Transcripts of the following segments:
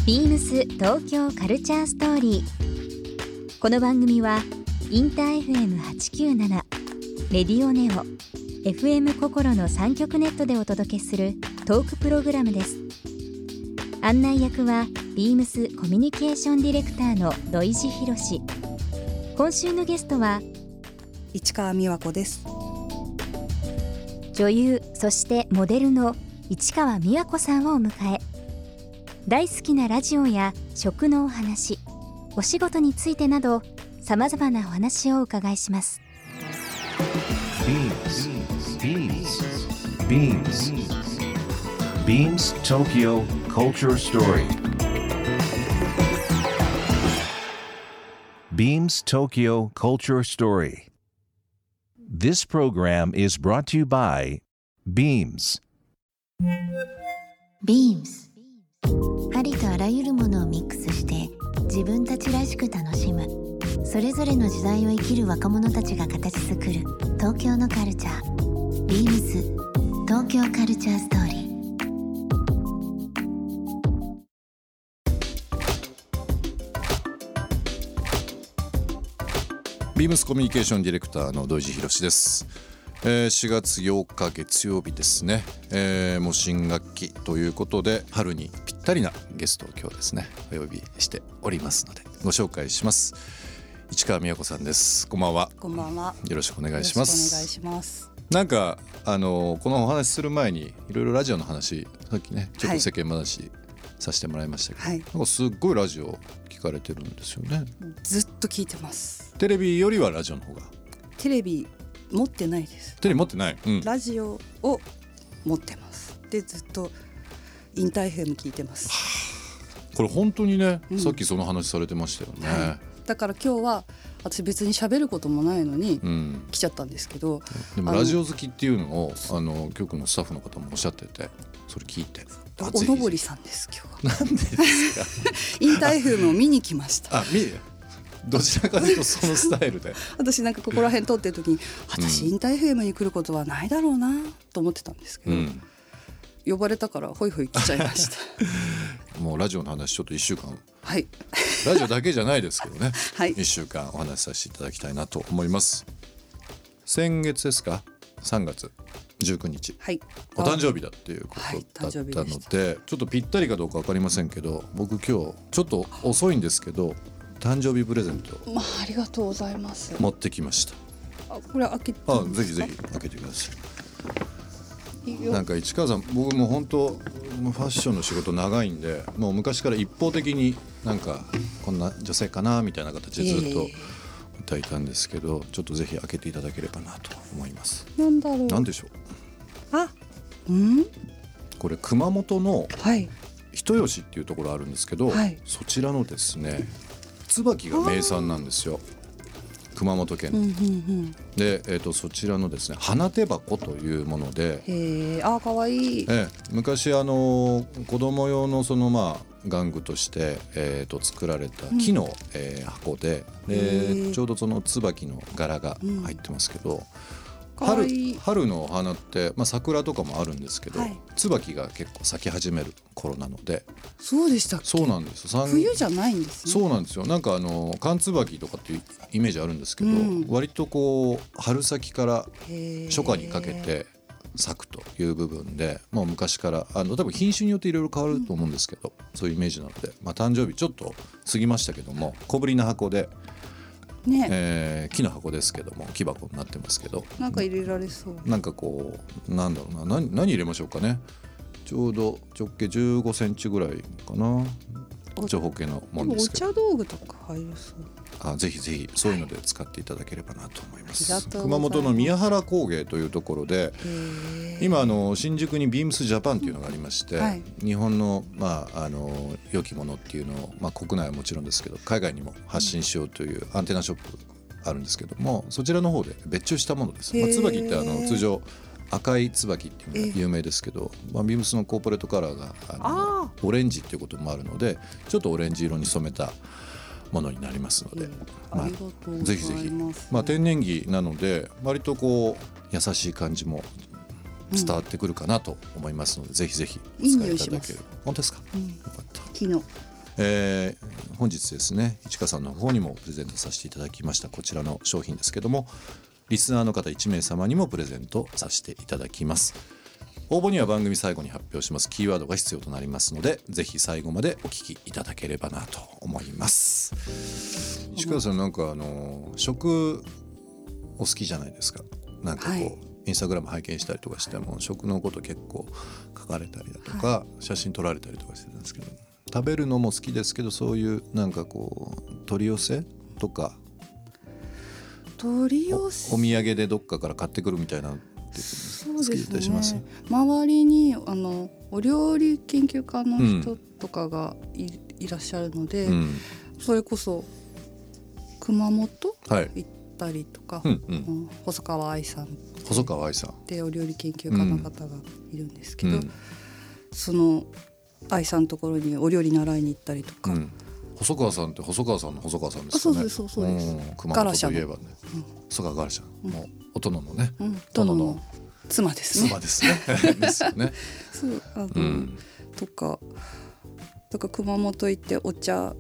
ビームス東京カルチャーストーリー。この番組はインター FM897 レディオネオ FM 心の3極ネットでお届けするトークプログラムです。案内役はビームスコミュニケーションディレクターの土井博志。今週のゲストは市川美和子です。 女優そしてモデルの市川美和子さんをお迎え、大好きなラジオや食のお話、お仕事についてなどさまざまなお話をお伺いします。 Beams Tokyo Culture Story. Beams Tokyo Culture Story. This program is brought to you by Beams. Beams ありとあらゆるものをミックスして自分たちらしく楽しむ、それぞれの時代を生きる若者たちが形作る東京のカルチャー。 Beams 東京カルチャーストーリー。 ビームスコミュニケーションディレクターの土井博志です。4月8日月曜日ですね。もう新学期ということで春にぴったりなゲストを今日ですねお呼びしておりますのでご紹介します。市川美和子さんです。こんばんは。 こんばんは。 よろしくお願いします。 お願いします。 なんかこのお話する前にいろいろラジオの話さっきねちょっと世間話させてもらいましたけど、なんかすっごいラジオ聞かれてるんですよね。 ずっと聞いてます。 テレビよりはラジオの方が。テレビ持ってないです。 テレビ持ってない、 ラジオを持ってます。でずっとインター FM 聞いてます。 これ本当にね、さっきその話されてましたよね、 だから今日は私別に喋ることもないのに来ちゃったんですけど、 でもラジオ好きっていうのを局のスタッフの方もおっしゃってて、それ聞いておのぼりさんです今日は。 なんでですかインター FM を見に来ました。 どちらかというとそのスタイルで私なんかここら辺通ってる時に私インター FM に来ることはないだろうなと思ってたんですけど、呼ばれたからホイホイ来ちゃいました。 もうラジオの話ちょっと1週間、 ラジオだけじゃないですけどね、 1 週間お話しさせていただきたいなと思います。先月ですか、3月19日、お誕生日だっていうことだったので、ちょっとぴったりかどうか分かりませんけど、僕今日ちょっと遅いんですけど誕生日プレゼント、 ありがとうございます。 持ってきました。 これ開けていいですか？ ぜひぜひ開けてください。なんか市川さん、僕も本当ファッションの仕事長いんで、もう昔から一方的になんかこんな女性かなみたいな形でずっと歌いたんですけど、ちょっとぜひ開けていただければなと思います。 なんだろう。 なんでしょう。これ熊本の人吉っていうところあるんですけど、そちらのですね椿が名産なんですよ、熊本県で、そちらのですね花手箱というもので、 かわいい。 昔子供用のその玩具として、作られた木の、箱で、ちょうどその椿の柄が入ってますけど、春のお花って、桜とかもあるんですけど、椿が結構咲き始める頃なので。 そうでしたっけ？ そうなんです。 冬じゃないんですね。 そうなんですよ。なんか寒椿とかっていうイメージあるんですけど、割とこう春先から初夏にかけて咲くという部分で、もう昔から多分品種によっていろいろ変わると思うんですけど、そういうイメージなので、誕生日ちょっと過ぎましたけども、小ぶりな箱で木の箱ですけども、木箱になってますけど、 なんか入れられそう。 なんかこうなんだろうな、何入れましょうかね。ちょうど直径15センチぐらいかな、長方形のものですけど、 お茶道具とか入るそう。 ぜひぜひそういうので使っていただければなと思います。熊本の宮原工芸というところで、今新宿にビームスジャパンっていうのがありまして、日本の良きものっていうのを、国内はもちろんですけど海外にも発信しようというアンテナショップあるんですけども、そちらの方で別注したものです。椿って通常赤い椿っていうのが有名ですけど、ビームスのコーポレートカラーがオレンジっていうこともあるので、ちょっとオレンジ色に染めたものになりますので、ぜひぜひ、天然木なので割とこう優しい感じも伝わってくるかなと思いますので、ぜひぜひお使いいただける。本当ですか？よかった。 木の本日ですねいちかさんの方にもプレゼントさせていただきましたこちらの商品ですけども、リスナーの方1名様にもプレゼントさせていただきます。応募には番組最後に発表しますキーワードが必要となりますので、ぜひ最後までお聞きいただければなと思います。市川さんなんか食お好きじゃないですか。なんかこう、はい、インスタグラム拝見したりとかしても食のこと結構書かれたりだとか、はい、写真撮られたりとかしてたんですけど、食べるのも好きですけど、そういうなんかこう取り寄せとか取り寄せ お土産でどっかから買ってくるみたいな好きだったりします？ 周りにお料理研究家の人とかが いらっしゃるので、それこそ熊本行ったりとか、細川愛さんでお料理研究家の方がいるんですけど、その愛さんのところにお料理習いに行ったりとか、 細川さんって細川さんの細川さんですかね。 そうです。 熊本といえばね、細川ガラシャン、もうお殿のね、 殿の妻ですね。 ですよね。 そうとか熊本行ってお茶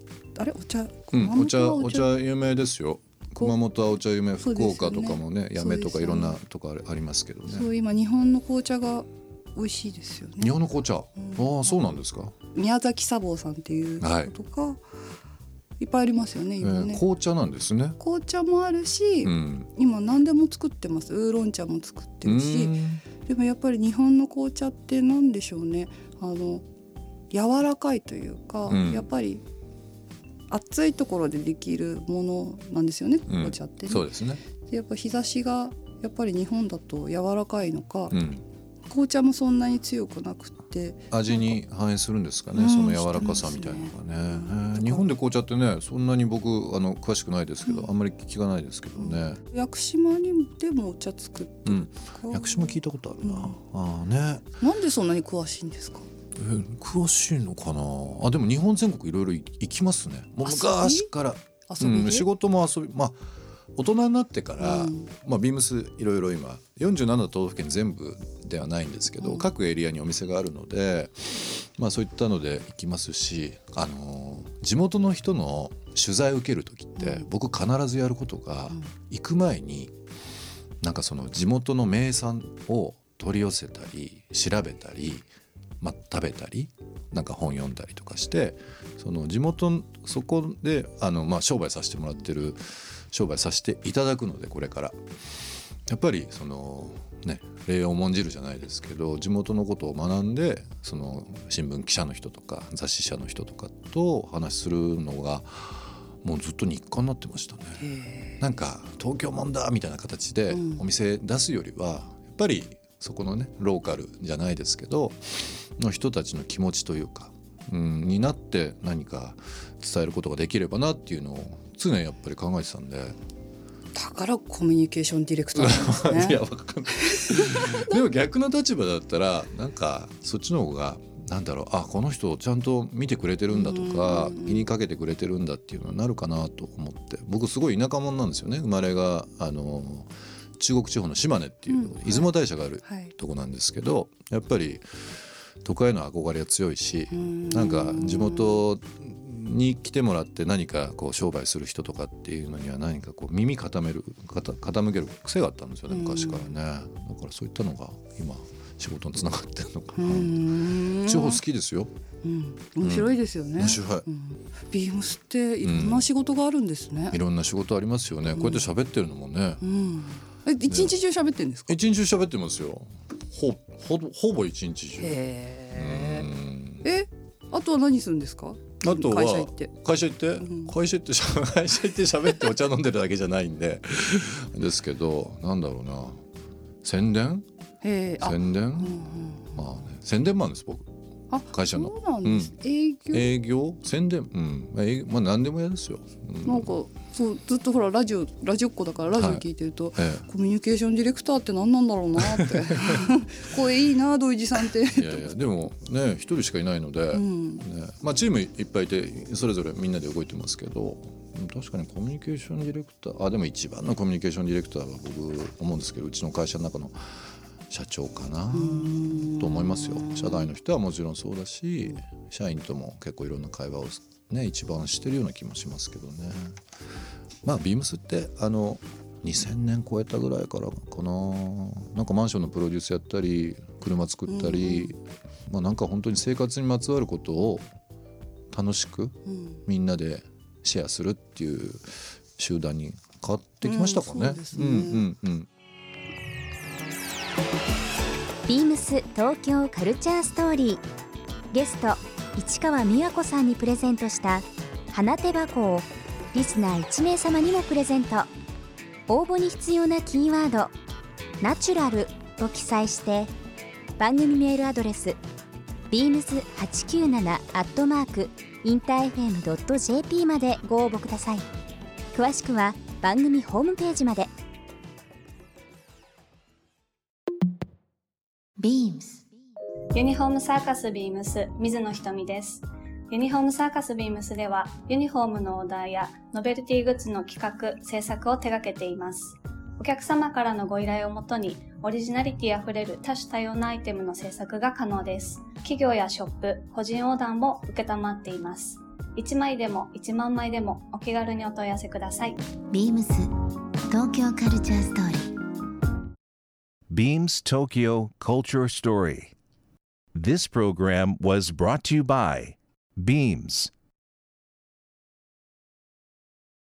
お茶有名ですよ。熊本はお茶有名、福岡とかもね、八女とかいろんなとこありますけどね。 そう今日本の紅茶が美味しいですよね。 日本の紅茶、そうなんですか。 宮崎茶房さんっていう人とか、いっぱいありますよね今ね。 紅茶なんですね。 紅茶もあるし、今何でも作ってます。ウーロン茶も作ってるし、でもやっぱり日本の紅茶って何でしょうね、柔らかいというか、やっぱり暑いところでできるものなんですよね、紅茶ってね。 そうですね。 でやっぱ日差しがやっぱり日本だと柔らかいのか、紅茶もそんなに強くなくて味に反映するんですかね、その柔らかさみたいなのがね。日本で紅茶ってね、そんなに僕詳しくないですけど、あんまり聞かないですけどね。 屋久島にでもお茶作ってるとか、 屋久島聞いたことあるな。ね。 なんでそんなに詳しいんですか？ 詳しいのかな。でも日本全国いろいろ行きますね。もう昔から仕事も遊び、大人になってから、ビームスいろいろ今47都道府県全部ではないんですけど、各エリアにお店があるので、そういったので行きますし、地元の人の取材を受ける時って、僕必ずやることが、行く前になんかその地元の名産を取り寄せたり調べたり、食べたりなんか本読んだりとかして、その地元そこで商売させてもらってる、商売させていただくので、これからやっぱりそのね、礼を重んじるじゃないですけど、地元のことを学んで、その新聞記者の人とか雑誌社の人とかとお話しするのがもうずっと日課になってましたね。なんか東京もんだみたいな形でお店出すよりは、やっぱりそこのねローカルじゃないですけどの人たちの気持ちというか、になって何か伝えることができればなっていうのを常にやっぱり考えてたんで。 だからコミュニケーションディレクターなんですね。 いや、わかんないでも逆の立場だったら、なんかそっちの方がこの人ちゃんと見てくれてるんだとか、気にかけてくれてるんだっていうのになるかなと思って。僕すごい田舎者なんですよね。生まれが中国地方の島根っていう出雲大社があるとこなんですけど、やっぱり都会の憧れが強いし、なんか地元に来てもらって何かこう商売する人とかっていうのには何かこう耳傾ける癖があったんですよね、昔からね。だからそういったのが今仕事につながってるのかな。地方好きですよ。 面白いですよね。 面白い。 ビームスっていろんな仕事があるんですね。 いろんな仕事ありますよね。こうやって喋ってるのもね。 一日中喋ってるんですか？ 一日中喋ってますよ。ほぼ一日中。 あとは何するんですか？ あとは会社行って喋ってお茶飲んでるだけじゃないんでですけど、宣伝、宣伝マンです僕。会社の。 そうなんです。 営業、宣伝、何でも嫌ですよ。 なんかそうずっとほらラジオっ子だからラジオ聞いてると、コミュニケーションディレクターって何なんだろうなって声いいな土井地さんって。いやでもね一人しかいないので、チームいっぱいいてそれぞれみんなで動いてますけど、確かにコミュニケーションディレクター、でも一番のコミュニケーションディレクターは僕思うんですけど、うちの会社の中の社長かなと思いますよ。社外の人はもちろんそうだし、社員とも結構いろんな会話をね一番してるような気もしますけどね。まあビームスって2000年超えたぐらいからかな、なんかマンションのプロデュースやったり車作ったり、まあなんか本当に生活にまつわることを楽しくみんなでシェアするっていう集団に変わってきましたかね。 ビームス東京カルチャーストーリー、ゲスト市川美和子さんにプレゼントした花手箱をリスナー1名様にもプレゼント。応募に必要なキーワードナチュラルと記載して番組メールアドレス beams897@interfm.jp までご応募ください。詳しくは番組ホームページまで。 BEAMS ユニフォームサーカスビームス水野ひとみです。ユニフォームサーカスビームスではユニフォームのオーダーやノベルティグッズの企画・制作を手掛けています。お客様からのご依頼をもとにオリジナリティあふれる多種多様なアイテムの制作が可能です。企業やショップ、個人オーダーも承っています。1枚でも1万枚でもお気軽にお問い合わせください。 ビームス東京カルチャーストーリー Beams Tokyo Culture Story. This program was brought to you by Beams.